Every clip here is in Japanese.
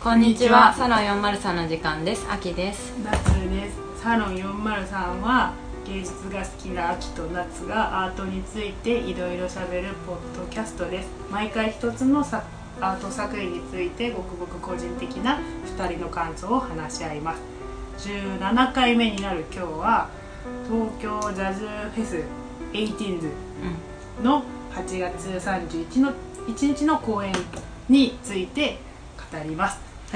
こんにちは。サロン403の時間です。あきです。 夏です。サロン403は芸術が好きなあきと夏がアートについていろいろしゃべるポッドキャストです。毎回一つのアート作品についてごくごく個人的な2人の感想を話し合います。17回目になる今日は東京ジャズフェス 18th の8月31日の公演について語ります。 はい。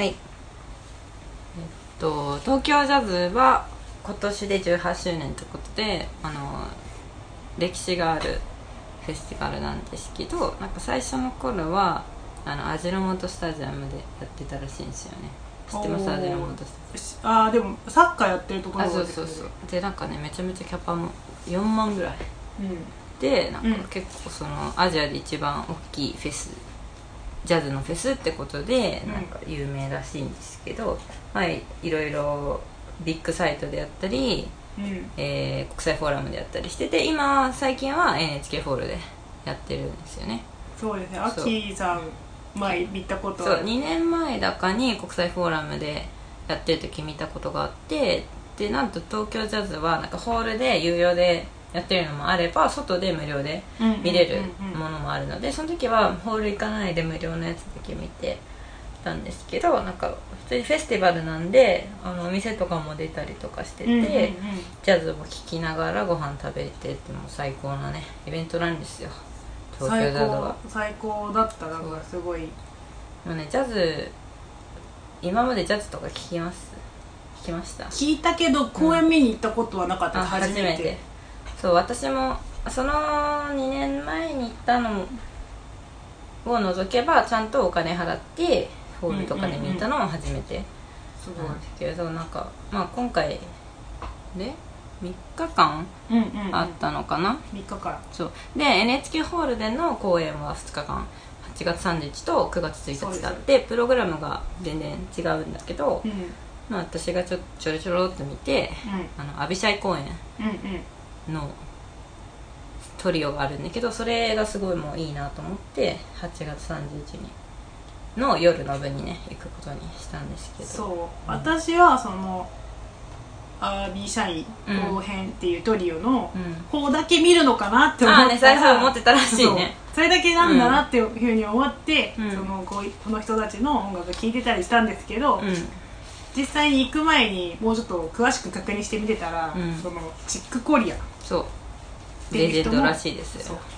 東京ジャズは今年で18周年ということで、歴史があるフェスティバルなんですけど、なんか最初の頃は味の素スタジアムでやってたらしいんですよね。知ってます？味の素スタジアム。 でもサッカーやってるところです、ね、 そうで、なんかね、めちゃめちゃキャパも4万ぐらい、でなんか結構そのアジアで一番大きいフェス、ジャズのフェスってことでなんか有名らしいんですけど、いろいろビッグサイトでやったり、国際フォーラムでやったりしてて、今最近は NHK ホールでやってるんですよね。 そうですね。アキさん前見たことそう、2年前だかに国際フォーラムでやってる時見たことがあって、でなんと東京ジャズはなんかホールで有料でやってるのもあれば外で無料で見れるものもあるので、その時はホール行かないで無料のやつだけ見てたんですけど、なんか普通にフェスティバルなんでお店とかも出たりとかしてて、ジャズも聴きながらご飯食べてってもう最高なねイベントなんですよ、東京ジャズは。 最高だった。なんかすごいもうね、ジャズ今までジャズとか聞きました？ 聞いたけど公演見に行ったことはなかった。初めて。 そう、私もその2年前に行ったのを除けばちゃんとお金払ってホールとかで見たのも初めてなんですけど、なんか今回で3日間あったのかな。 3日間。 そうで NHK ホールでの公演は2日間、8月30日と9月1日があって、プログラムが全然違うんだけど、私がちょろっと見て、アビシャイ公演のトリオがあるんだけど、それがすごいもういいなと思って8月31日の夜の部にね行くことにしたんですけど、 そう、私はそのアビシャイ後編っていうトリオの方だけ見るのかなって思ったら、 最初思ってたらしいね。 それだけなんだなっていうふうに思って、この人たちの音楽聴いてたりしたんですけど、実際に行く前にもうちょっと詳しく確認してみてたら、そのチックコリア、 そうレジェンドらしいですよ。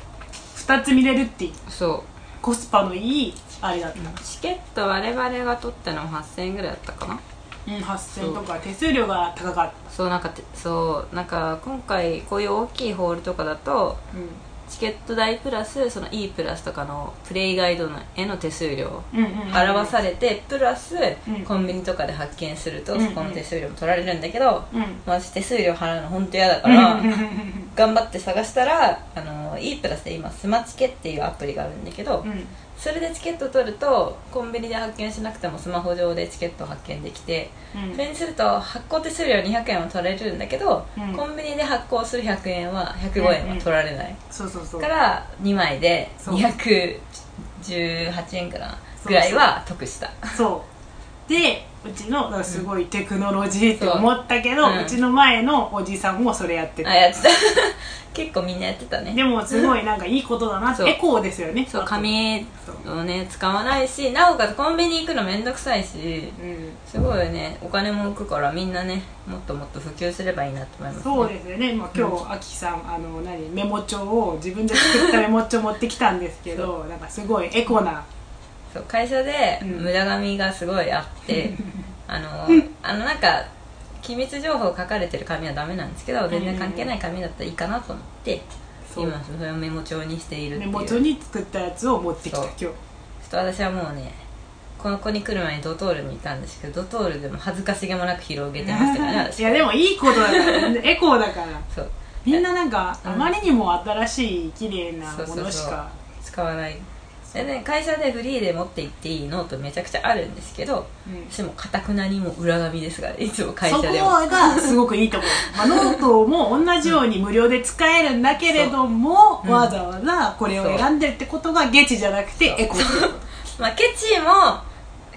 2つ見れるっていう、 そうコスパのいいあれだった。 チケット我々が取ったのも8000円ぐらいだったかな。 8000とか手数料が高かった。 なんか今回こういう大きいホールとかだと、チケット代プラスその E プラスとかのプレイガイドへの手数料表されて、プラスコンビニとかで発見するとそこの手数料も取られるんだけど、私手数料払うの本当嫌だから頑張って探したらE プラスで今スマチケっていうアプリがあるんだけど、それでチケット取るとコンビニで発券しなくてもスマホ上でチケット発券できて、それにすると発行手数料200円は取られるんだけど、コンビニで発行する100円は105円は取られない、から2枚で218円かなぐらいは得した。 そうで、うちのすごいテクノロジーって思ったけど、うちの前のおじさんもそれやってた。 やってた結構みんなやってたね。 でもすごいなんかいいことだなって。エコーですよね。 そう、紙をね使わないし、なおかつコンビニ行くのめんどくさいし、すごいねお金も浮くから、みんなねもっともっと普及すればいいなと思いますね。 そうですよね。今日あきさんメモ帳を自分で作ったメモ帳持ってきたんですけどなんかすごいエコな、 そう、会社で無駄紙がすごいあってなんか機密情報書かれてる紙はダメなんですけど、全然関係ない紙だったらいいかなと思って、今それをメモ帳にしているっていう。 メモ帳に作ったやつを持ってきた今日。 ちょっと私はもうね、ここに来る前にドトールにいたんですけど、ドトールでも恥ずかしげもなく広げてましたからねいやでもいいことだからエコーだからそう、 みんななんかあまりにも新しい綺麗なものしか使わない。でね、会社でフリーで持って行っていいノートめちゃくちゃあるんですけど、私もかたくなにも裏紙ですから、いつも会社でもそこがすごくいいところノートも同じように無料で使えるんだけれども、わざわざこれを選んでるってことがゲチじゃなくてエコってことケチも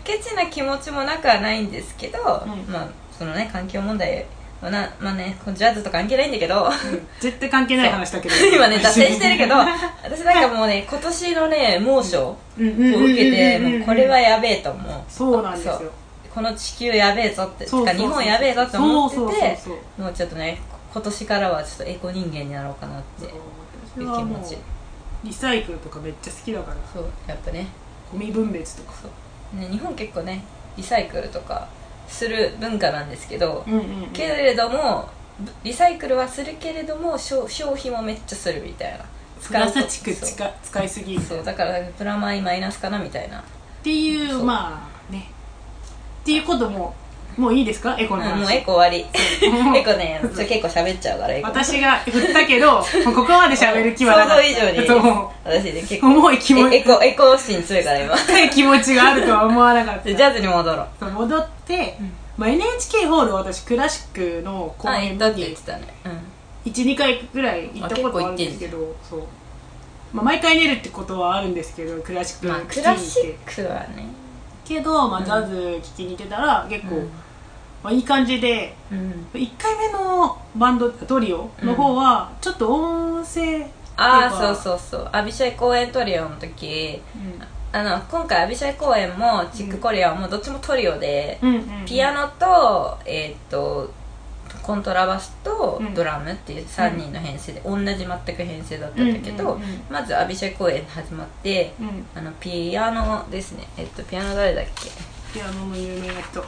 ケチな気持ちもなくはないんですけど、まあそのね環境問題まあねジャズと関係ないんだけど、 絶対関係ない話だけど今ね脱線してるけど私なんかもうね今年のね猛暑を受けてもうこれはやべえと思う。 そうなんですよ。 この地球やべえぞって日本やべえぞって思ってて、もうちょっとね今年からはちょっとエコ人間になろうかなっていう気持ち。 リサイクルとかめっちゃ好きだから。 そうやっぱねゴミ分別とかね、日本結構ねリサイクルとかする文化なんですけど、けれどもリサイクルはするけれども消費もめっちゃするみたいな。 プラスチック使いすぎそうだからプラマイマイナスかなみたいなっていうまあねっていうことももういいですかエコの話。 もうエコ終わりエコね結構喋っちゃうからエコ私が振ったけどここまで喋る気はなかった。 想像以上に私ね結構重い気持ちエコ心強いから今気持ちがあるとは思わなかった。 ジャズに戻ろう。 戻って、まあ、NHK ホール私クラシックの公演だって言ってたね、 12回ぐらい行ったことあるんですけど、そう、まあ、毎回寝るってことはあるんですけどクラシック、 クラシックはねけど、まあ、ジャズ聴きに行ってたら結構、まあ、いい感じで、1回目のバンドトリオの方はちょっと音声そうアビシャイ公演トリオの時、今回アビシャイ公演もチックコリアもどっちもトリオで、ピアノとコントラバスとドラムっていう3人の編成で、同じ全く編成だったんだけど、まずアビシャイ公演始まって、ピアノですね。ピアノ誰だっけ？ ピアノの有名な人。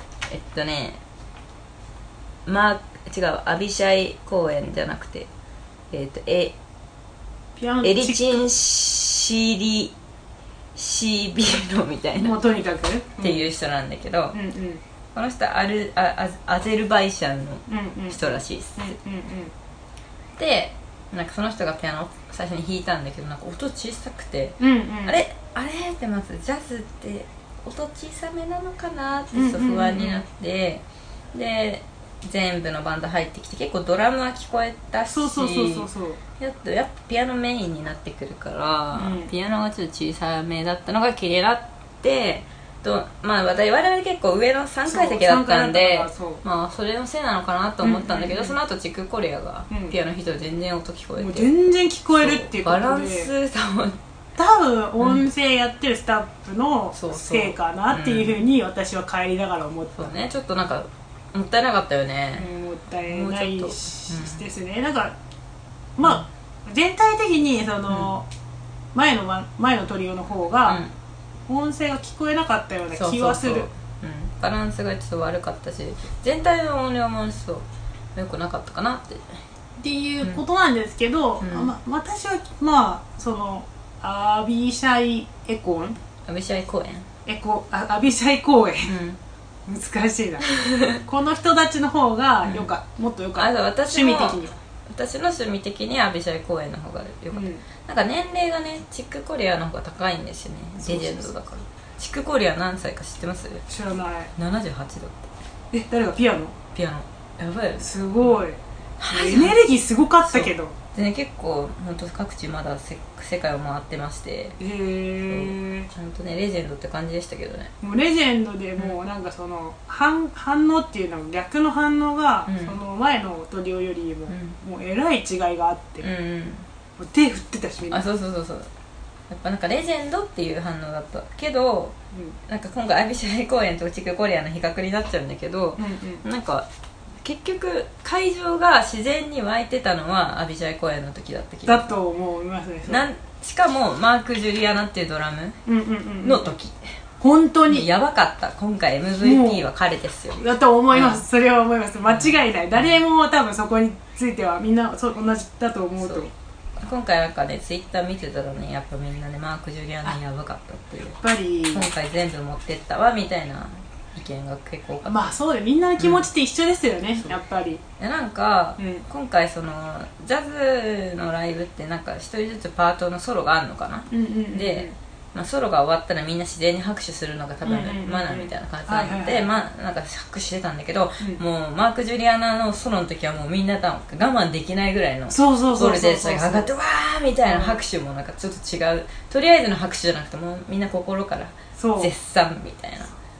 違う、アビシャイ公演じゃなくて、エリチンシリシビロみたいな、 もうとにかくっていう人なんだけど、この人アゼルバイシャンの人らしいです。でなんかその人がピアノを最初に弾いたんだけどなんか音小さくて、あれってまずジャズって音小さめなのかなってちょっと不安になって、で全部のバンド入ってきて結構ドラムは聞こえたし、やっぱピアノメインになってくるから、ピアノがちょっと小さめだったのが気になってまあ、我々結構上の3階席だったんで、まあ、それのせいなのかなと思ったんだけど、その後チックコリアがピアノ弾いて全然音聞こえて、 もう全然聞こえるっていうことでバランスさも多分音声やってるスタッフのせいかなっていうふうに私は帰りながら思った。 そうね、ちょっとなんかもったいなかったよね。 もったいないですね。なんかまあ全体的にその前のトリオの方が音声が聞こえなかったような気はする。 バランスがちょっと悪かったし全体の音量もそう良くなかったかなっていうことなんですけど、私はまあそのアビシャイ公演アビシャイ公演難しいなこの人たちの方がもっとよかった。趣味的に私の趣味的にアビシャイ公演の方がよかった、なんか年齢がねチックコリアの方が高いんですよね。レジェンドだから。チックコリア何歳か知ってます？ 知らない。 78だって。 誰がピアノやばいよ。 すごいエネルギーすごかったけどでね、結構本当各地まだ世界を回ってまして、ちゃんとねレジェンドって感じでしたけどね。 もうレジェンドでもうなんかその反応っていうの逆の反応が、その前のトリオよりも、もうえらい違いがあって、もう手振ってたしみんな。 そうやっぱなんかレジェンドっていう反応だったけど、なんか今回アビシャイ公演とチックコリアの比較になっちゃうんだけど、なんか結局会場が自然に湧いてたのはアビシャイ公演の時だった気がだと思いますね。 しかもマーク・ジュリアナっていうドラムの時、 本当にやばかった。今回 MVP は彼ですよ。 だと思います、それは思います。間違いない。誰も多分そこについてはみんな同じだと思うと。 今回なんかねツイッター見てたらねやっぱみんなねマーク・ジュリアナやばかったっていう、 やっぱり今回全部持ってったわみたいな意見が結構多かった。 まあそうでみんなの気持ちって一緒ですよね、やっぱり。 なんか、今回そのジャズのライブってなんか一人ずつパートのソロがあるのかな、で、まあ、ソロが終わったらみんな自然に拍手するのが多分マナーみたいな感じなので、まあなんか拍手してたんだけど、もうマーク・ジュリアナのソロの時はもうみんな我慢できないぐらいのボルテージが上がってわーみたいな拍手もなんかちょっと違う、とりあえずの拍手じゃなくてもうみんな心から絶賛みたいな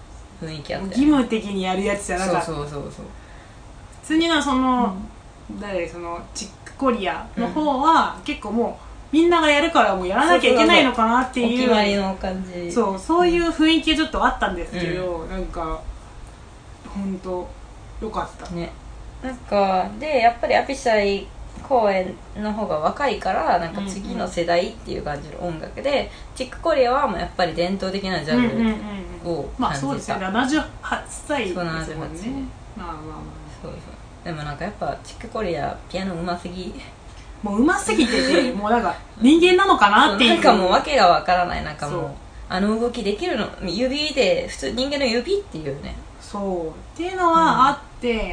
雰囲気あった、 義務的にやるやつじゃなかった。 そう普通にその、そのチックコリアの方は、結構もうみんながやるからもうやらなきゃいけないのかなっていう、お決まりの感じ、 そういう雰囲気ちょっとあったんですけど、なんか本当よかったね。なんかでやっぱりアピシャイ公演の方が若いからなんか次の世代っていう感じの音楽で、チックコリアはもうやっぱり伝統的なジャズを感じた。 まあそうですね、78歳ですもんね。 そうでもなんかやっぱチックコリアピアノうますぎ、 もううますぎててもうなんか人間なのかなっていう、 なんかもう訳がわからない。なんかもうあの動きできるの指で普通人間の指っていうね、 そうっていうのはあって、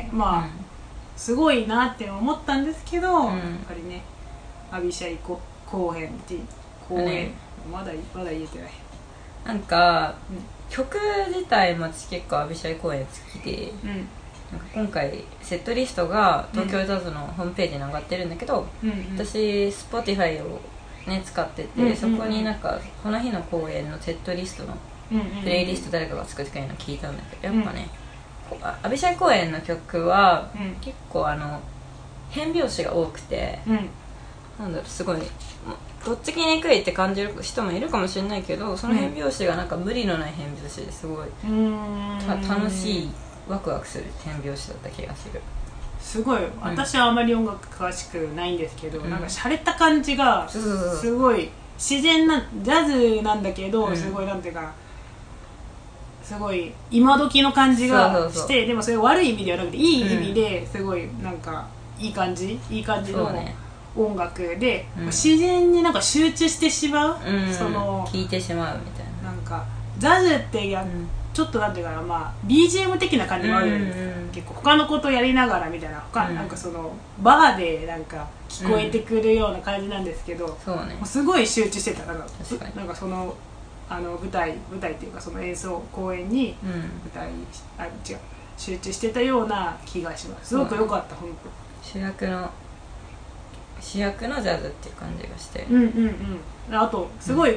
まあ、すごいなって思ったんですけど、やっぱりねアビシャイ公演って公演、まだ言えてない。 なんか、曲自体も私結構アビシャイ公演好きで、なんか今回セットリストが東京ジャズのホームページに上がってるんだけど、私 Spotify をね使ってて、そこになんかこの日の公演のセットリストのプレイリスト誰かが作ってくれるの聞いたんだけど、やっぱね、アビシャイ公演の曲は結構変拍子が多くて、なんだろう、すごいどっちきにくいって感じる人もいるかもしれないけど、その変拍子がなんか無理のない変拍子ですごい楽しい、ワクワクする変拍子だった気がする。 すごい、私はあまり音楽詳しくないんですけど、なんか洒落た感じがすごい自然なジャズなんだけど、すごいなんていうかすごい今時の感じがして、でもそれ悪い意味ではなくていい意味ですごいなんかいい感じの音楽で、自然になんか集中してしまう、その聴いてしまうみたいな。 なんかジャズってちょっとなんていうかな、まあ BGM 的な感じもあるんです、結構他のことやりながらみたいな、なんかそのバーでなんか聞こえてくるような感じなんですけど、もうすごい集中してた。なんかその舞台っていうかその演奏公演に集中してたような気がします。すごく良かった、本当。 主役のジャズっていう感じがして、 あとすごい、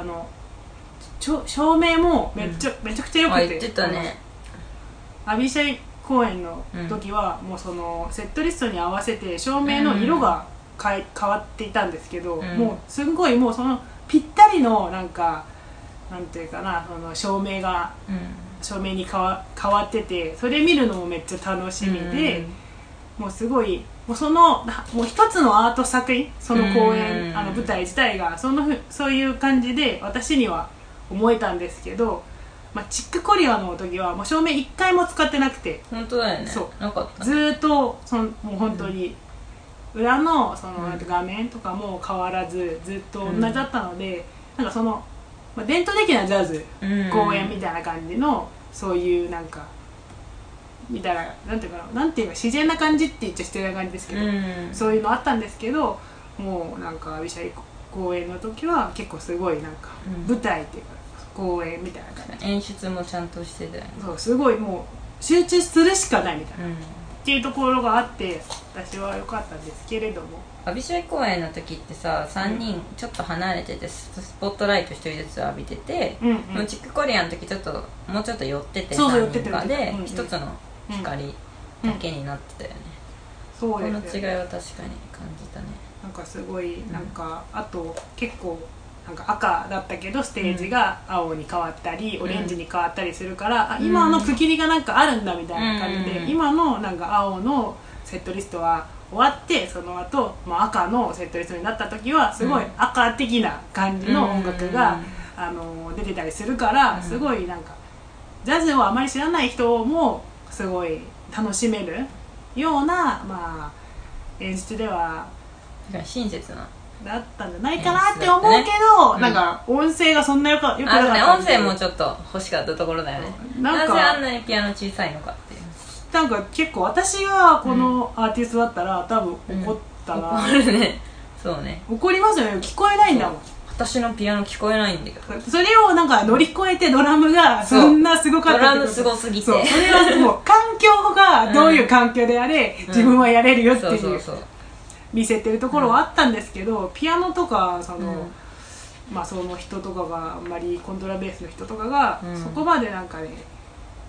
照明もめちゃくちゃ良くて、 言ってたね。 アビシャイ公演の時は、もうそのセットリストに合わせて照明の色が変わっていたんですけど、もうすごいもうそのぴったりのなんかなんていうかな、その照明に変わってて、それ見るのもめっちゃ楽しみで、もうすごいもう一つのアート作品、その公演舞台自体がそういう感じで私には思えたんですけど、チックコリアの時はもう照明一回も使ってなくて、 本当だよね、 そうなかった、 ずーっともう本当に裏のその画面とかも変わらずずっと同じだったので、なんかその伝統的なジャズ公演みたいな感じの、そういうなんかみたいな、なんていうか自然な感じって言っちゃ失礼な感じですけど、そういうのあったんですけど、もうなんかアビシャイ公演の時は結構すごいなんか舞台っていうか公演みたいな感じ、 演出もちゃんとしてたよね。 そうすごいもう集中するしかないみたいな、っていうところがあって私は良かったんですけれども、 アビシャイ公演の時ってさ、3人ちょっと離れててスポットライト1人ずつ浴びてて、チックコリアの時もうちょっと寄ってて、3人かで1つの光だけになってたよね。 そうですね、 この違いは確かに感じたね。 なんかすごいなんか、あと結構なんか赤だったけどステージが青に変わったり、オレンジに変わったりするから、今の区切りがなんかあるんだみたいな感じで、今のなんか青のセットリストは終わって、その後、赤のセットリストになった時はすごい赤的な感じの音楽が、出てたりするから、すごいなんかジャズをあまり知らない人もすごい楽しめるような、演出では親切なだったんじゃないかなって思うけど、なんか音声がそんなよくなかった音声もちょっと欲しかったところだよね。なぜあんなにピアノ小さいのかっていう。 なんか結構私がこのアーティストだったら多分怒ったな、 怒るね。そうね、 怒りますよね。聞こえないんだもん、 私のピアノ聞こえないんだけど、 それをなんか乗り越えてドラムがそんなすごかったってこと。 ドラムすごすぎて、 それはもう環境がどういう環境であれ、自分はやれるよっていう見せてるところはあったんですけど、ピアノとかその、その人とかがあんまりコントラベースの人とかが、そこまでなんかね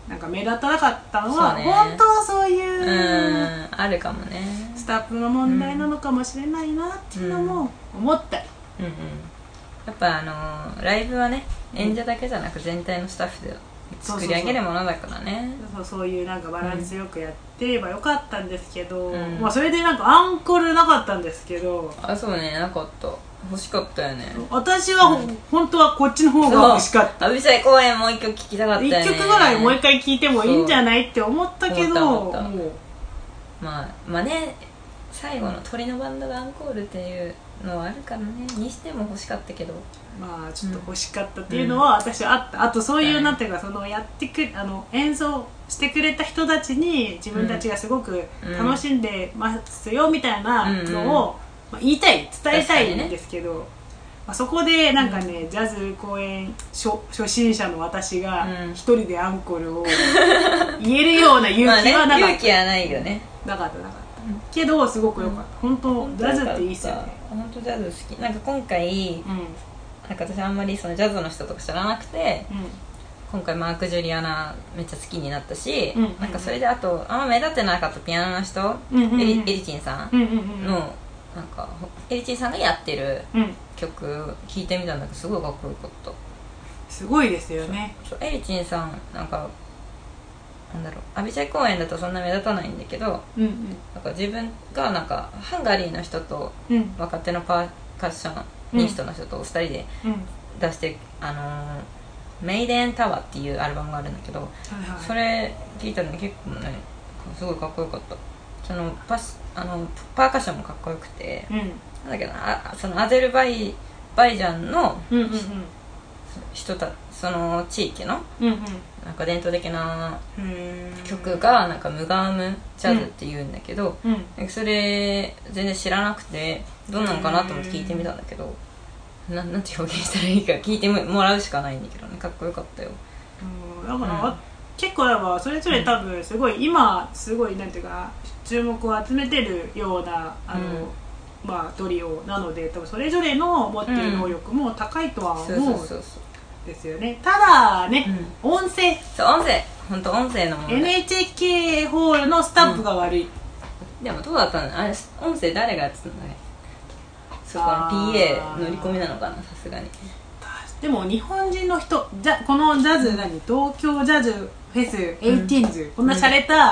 なんか目立たなかったのは、本当はそういうあるかもね、 スタッフの問題なのかもしれないなっていうのも思ったり、 やっぱライブはね、演者だけじゃなく全体のスタッフで作り上げるものだからね。 そういうなんかバランスよくやってればよかったんですけど、まあそれでなんかアンコールなかったんですけど、 そうね、なかった。欲しかったよね。 私は、本当はこっちの方が欲しかった。 アビサイ公演もう一曲聴きたかったよね。 一曲ぐらいもう一回聴いてもいいんじゃないって思ったけど、 まあね、最後の鳥のバンドがアンコールっていうのはあるからね、にしても欲しかったけど、 まあちょっと欲しかったっていうのは私はあった。あとそういうなんていうか、そのやってく演奏してくれた人たちに自分たちがすごく楽しんでますよみたいなのを言いたい、伝えたいんですけど、そこでなんかね、ジャズ公演初心者の私が一人でアンコールを言えるような勇気はなかった。 勇気はないよね。 なかったけどすごく良かった。本当ジャズっていいっすよね。 本当ジャズ好き。なんか今回、なんか私あんまりそのジャズの人とか知らなくて、今回マーク・ジュリアナめっちゃ好きになったし、なんかそれであとあんま目立ってなかったピアノの人、エリチンさんのなんかエリチンさんがやってる曲聴いてみたんだけど、すごいかっこよかった。 すごいですよね。 エリチンさんなんかなんだろう、アビシャイ公演だとそんな目立たないんだけど、なんか自分がなんかハンガリーの人と若手のパーカッショニストの人と2人で出して、メイデンタワーっていうアルバムがあるんだけど、それ聴いたの結構ね、すごいかっこよかった。そのパーカッションもかっこよくて、なんだけどそのアゼルバイジャンの人たその地域のなんか伝統的な曲がなんかムガームジャズっていうんだけど、それ全然知らなくてどんなのかなと思って聞いてみたんだけど、なんて表現したらいいか聞いてもらうしかないんだけどね、かっこよかったよ。 だから、結構それぞれ多分すごい今すごいなんていうか注目を集めてるようなトリオなので、多分それぞれの持っている能力も高いとは思うですよね。ただね、音声本当音声の問題。 NHK ホールのスタッフが悪い。 でもどうだったのあれ、音声誰がやってたんだね。そこの PA 乗り込みなのかな、さすがに。 でも日本人の人このジャズ東京ジャズフェス 18s、こんな洒落た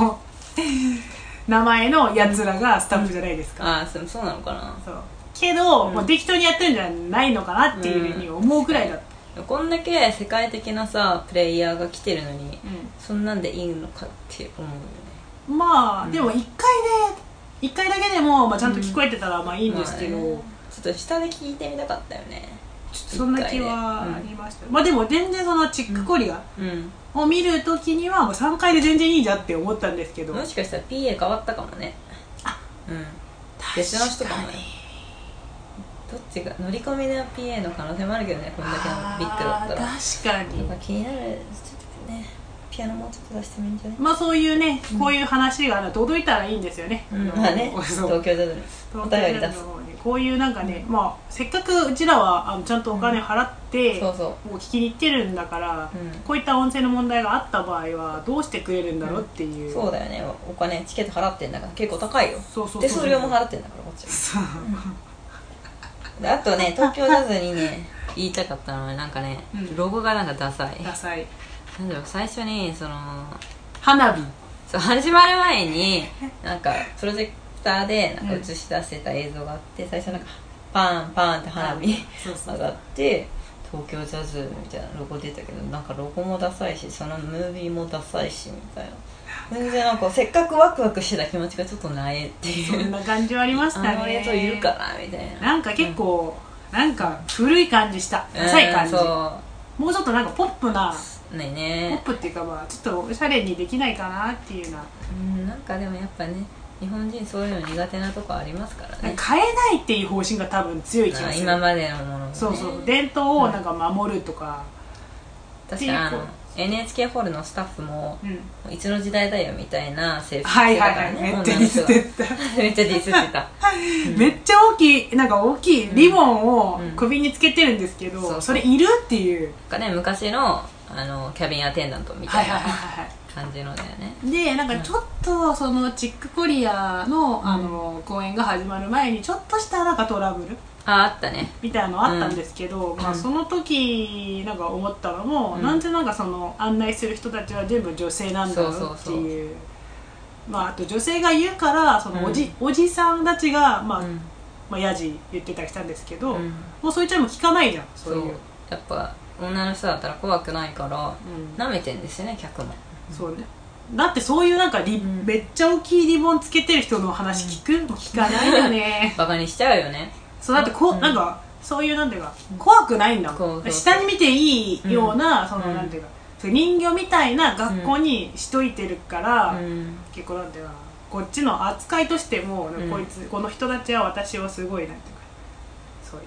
名前のやつらがスタッフじゃないですか。 そうなのかな。 そうけど、もう適当にやってるんじゃないのかなっていうふうに思うくらいだった。 こんだけ世界的なさプレイヤーが来てるのに、そんなんでいいのかって思うよね。 まあ、でも1回だけでも、ちゃんと聞こえてたらいいんですけど、 ちょっと下で聞いてみたかったよね。 そんな気はありました。でも全然そのチックコリアを見るときにはもう3回で全然いいじゃんって思ったんですけど、 もしかしたら PA 変わったかもね。別の人かもね。どっちが乗り込みの PA の可能性もあるけどね、こんだけのビッグだったら。 確かに気になる。ちょっとね、ピアノもうちょっと出してもいいんじゃない。 そういうね、こういう話が届いたらいいんですよね。 東京ジャズにお便り出す。 こういうなんかね、せっかくうちらはちゃんとお金払ってもう聞きに行ってるんだから、こういった音声の問題があった場合はどうしてくれるんだろうっていう。 そうだよね、お金チケット払ってんだから結構高いよ。手数料も払ってんだからこっちは。あとね、東京ジャズにね言いたかったのはなんかね、ロゴがなんかダサい。なんだろう、最初にその花火始まる前になんかプロジェクターでなんか映し出してた映像があって、最初なんかパーンパーンって花火上がって東京ジャズみたいなロゴ出たけど、なんかロゴもダサいしそのムービーもダサいしみたいな。全然なんかせっかくワクワクしてた気持ちがちょっとないっていう、 そんな感じはありましたね。 あの映像いるかなみたいな。 なんか結構、なんか古い感じした、ダサい感じ、もうちょっとなんかポップなね、 ポップっていうかちょっとおしゃれにできないかなっていうな。 なんかでもやっぱね、日本人そういうの苦手なとこありますからね。 変えないっていう方針が多分強い気がする。 今までのもの、ね、 そう伝統をなんか守るとか、 確かNHK ホールのスタッフも、いつの時代だよみたいな制服着てたからね。めっちゃディスってためっちゃディスってためっちゃ大きいリボンを首につけてるんですけど、それいるっていう昔のキャビンアテンダントみたいな感じのだよね。 でなんかちょっとそのチックコリアの、公演が始まる前にちょっとしたなんかトラブルあったねみたいなのあったんですけど、まあ、その時なんか思ったのも、なんでなんかその案内する人たちは全部女性なんだろうっていう、まあ、あと女性が言うからそのおじさんたちがまあヤジ言ってたりしたんですけど、もうそいつらも聞かないじゃん。そういうやっぱ女の人だったら怖くないから舐めてんですよね、客も。 そうね。だってそういうなんかめっちゃ大きいリボンつけてる人の話聞かないよね。 バカにしちゃうよね。 そうだってなんかそういうなんていうか怖くないんだもん。下に見ていいようなそのなんていうか人形みたいな学校にしといてるから、結構なんていうかこっちの扱いとしても、この人たちは私をすごいなんていうかそういう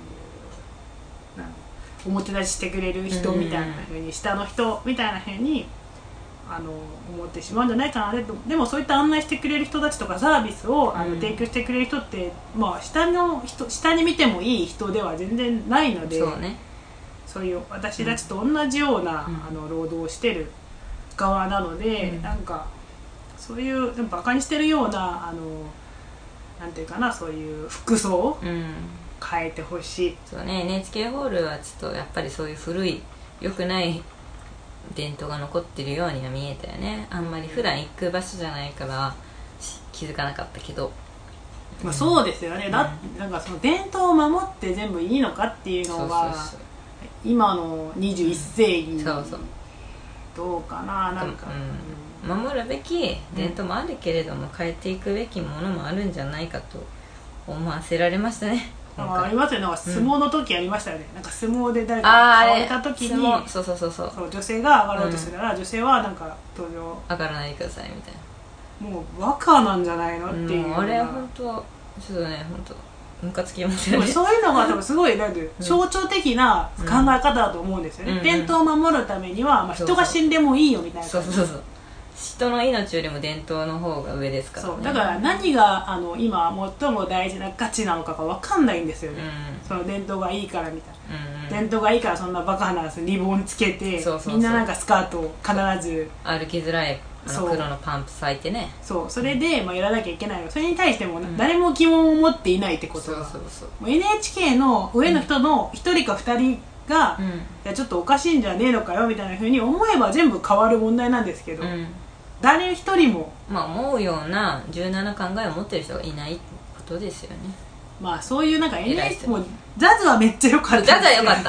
おもてなししてくれる人みたいな風に、下の人みたいな風に思ってしまうんじゃないかな。でもそういった案内してくれる人たちとかサービスを提供してくれる人って、まあ、下に見てもいい人では全然ないので、そういう私たちと同じような、労働をしてる側なので、なんかそういうバカにしてるようななんていうかな、そういう服装を変えてほしい。 そうね、NHK ホールはちょっとやっぱりそういう古い良くない伝統が残ってるようには見えたよね。あんまり普段行く場所じゃないから気づかなかったけど、 まあ、そうですよね。なんかその伝統を守って全部いいのかっていうのが今の21世紀どうかな。なんか、 守るべき伝統もあるけれども、変えていくべきものもあるんじゃないかと思わせられましたね。 ありますよね。なんか相撲の時ありましたよね。なんか相撲で誰かが倒れた時にそう女性が上がろうとしてたら、女性はなんか登場上がらないでくださいみたいな。もうバカなんじゃないのっていう、 あれは本当ちょっとね、本当ムカつきますよね。 そういうのが多分すごいなんて象徴的な考え方だと思うんですよね。伝統を守るためには、まあ、人が死んでもいいよみたいな。 そう人の命よりも伝統の方が上ですからね。 そうだから何が今最も大事な価値なのかが分かんないんですよね、その伝統がいいからみたいな、伝統がいいからそんなバカなリボンつけてみんななんかスカートを必ず歩きづらい黒のパンプス履いてね、 それで、やらなきゃいけないよ。それに対しても誰も疑問を持っていないってことは、NHK の上の人の1人か2人が、いやちょっとおかしいんじゃねえのかよみたいなふうに思えば全部変わる問題なんですけど、誰一人も思うような柔軟な考えを持ってる人がいないことですよね。 まあそういうなんか NHK もジャズはめっちゃ良かった。 ジャズは良かった。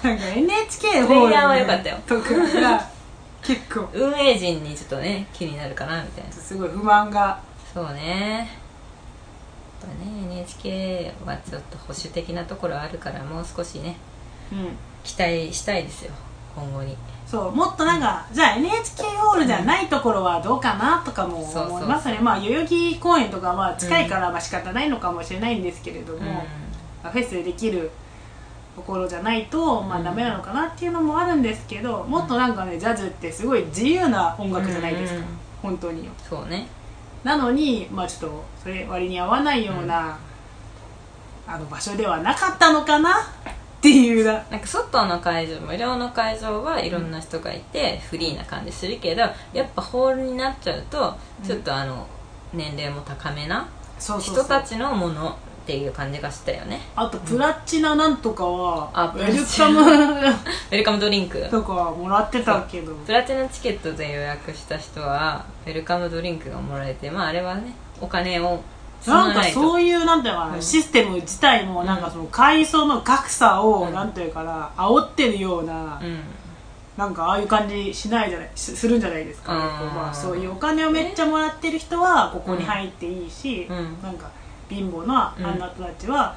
なんか NHK ホールプレイヤーは良かったよ。 とかが結構運営陣にちょっとね気になるかなみたいな。 すごい不満が。 そうね。やっぱね NHK はちょっと保守的なところあるからもう少しね、期待したいですよ今後に。 そうもっとなんか、じゃあ NHK ホールじゃないところはどうかなとかも思いますね。まあ代々木公園とかは近いから仕方ないのかもしれないんですけれども、フェスでできるところじゃないとダメなのかなっていうのもあるんですけど、もっとなんかねジャズってすごい自由な音楽じゃないですか、本当に。 そうね。 なのにちょっとそれ割に合わないような、場所ではなかったのかなっていうなんか外の会場無料の会場はいろんな人がいてフリーな感じするけど、やっぱホールになっちゃうとちょっと年齢も高めな人たちのものっていう感じがしたよね。 あとプラチナなんとかは、 ウェルカムドリンクとかはもらってたけど、 プラチナチケットで予約した人はウェルカムドリンクがもらえて、あれはねお金をなんかそういうなんていうかな、システム自体もなんかその階層の格差をなんていうかな煽ってるような、なんかああいう感じするんじゃないですか。そういうお金をめっちゃもらってる人はここに入っていいし、なんか貧乏なあんな人たちは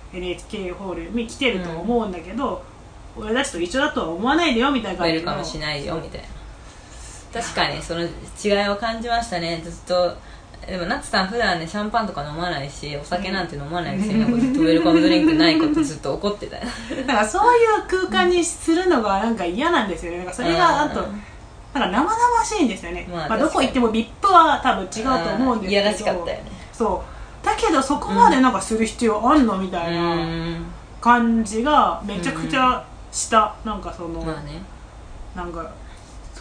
NHK ホールに来てると思うんだけど、俺たちと一緒だとは思わないでよみたいな感じの。 ウェルカムしないよみたいな。確かにその違いを感じましたね。ずっとでもナツさん普段ねシャンパンとか飲まないしお酒なんて飲まないくせにずっとウェルカムドリンクないことずっと怒ってたよ。 だからそういう空間にするのがなんか嫌なんですよね。なんかそれがなんか生々しいんですよね。どこ行っても VIP は多分違うと思うんですけど、 いやらしかったよね。 そうだけどそこまでなんかする必要あんのみたいな感じがめちゃくちゃした。なんかその、なんか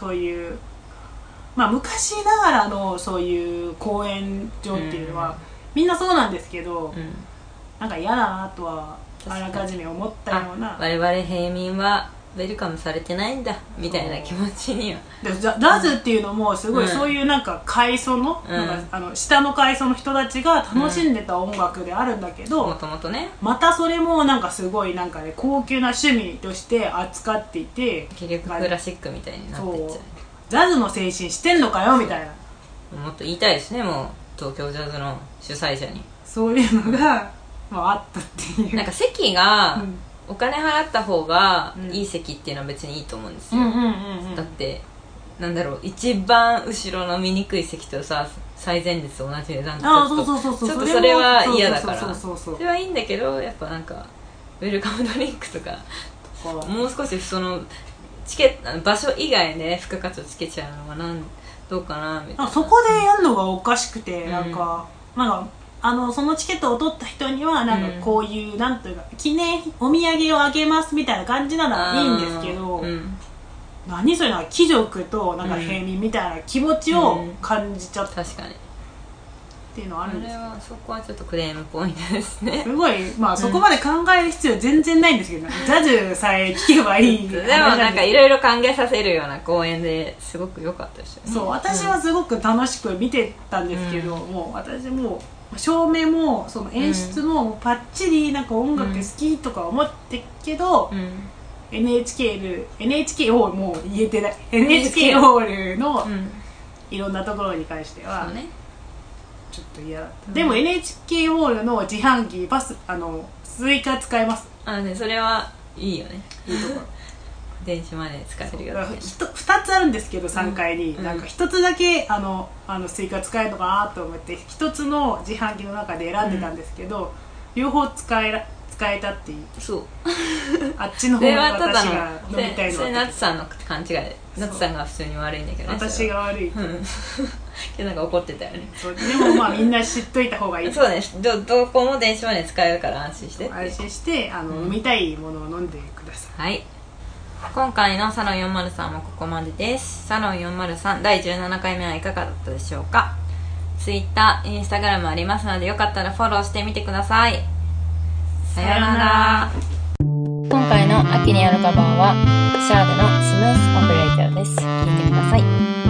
そういうまあ昔ながらのそういう公園場っていうのは、みんなそうなんですけど、なんか嫌だなとはあらかじめ思ったような。 我々平民はウェルカムされてないんだみたいな気持ちには。 でジャズっていうのもすごいそういうなんか階層の、なんか下の階層の人たちが楽しんでた音楽であるんだけど、 もともとね、 またそれもなんかすごいなんかね高級な趣味として扱っていて、 結局クラシックみたいになってっちゃう。 ジャズの精神してんのかよみたいな。 もっと言いたいですね、もう東京ジャズの主催者に。 そういうのが、まあ、あったっていう。 なんか席が、お金払った方がいい席っていうのは別にいいと思うんですよ。だってなんだろう、一番後ろの見にくい席とさ最前列同じ値段ってちょっとそれは嫌だから、それはいいんだけど、やっぱなんかウェルカムドリンクとかもう少しその場所以外で付加価値をつけちゃうのはどうかなみたいな。 そこでやるのがおかしくて、なんかそのチケットを取った人にはなんかこういう、なんというか記念お土産をあげますみたいな感じならいいんですけど、何それ、なんか貴族となんか平民みたいな気持ちを感じちゃった、 確かにっていうのはあるんですけど、 そこはちょっとクレームポイントですね。 すごい、まあそこまで考える必要全然ないんですけど、ね、ジャズさえ聴けばいいでもなんかいろいろ歓迎させるような公演ですごく良かったですよね。 そう、私はすごく楽しく見てたんですけど、もう私も照明もその演出もパッチリなんか音楽好きとか思ってるけど、NHK ホールもう言えてない NHK ホールのいろんなところに関してはちょっと嫌だった、でも NHK ホールの自販機スイカ使えます。 ね、それはいいよね、いいところ電子マネー使えるよって 2つあるんですけど3階に、なんか1つだけスイカ使えるのかなと思って1つの自販機の中で選んでたんですけど、両方使えたっていう。 そうあっちの方が私が飲みたいのそれナツさんの勘違いで、ナツさんが普通に悪いんだけどね、 私が悪いけどなんか怒ってたよね。 そうでもまあみんな知っといた方がいいそうね、どこも電子マネー使えるから安心して飲みたいものを飲んでください。 はい、今回のサロン403もここまでです。サロン403第17回目はいかがだったでしょうか。 Twitter、Instagram ありますのでよかったらフォローしてみてください。さようなら。今回の秋にあるカバーはシャーデのスムースオペレーターです。聴いてください。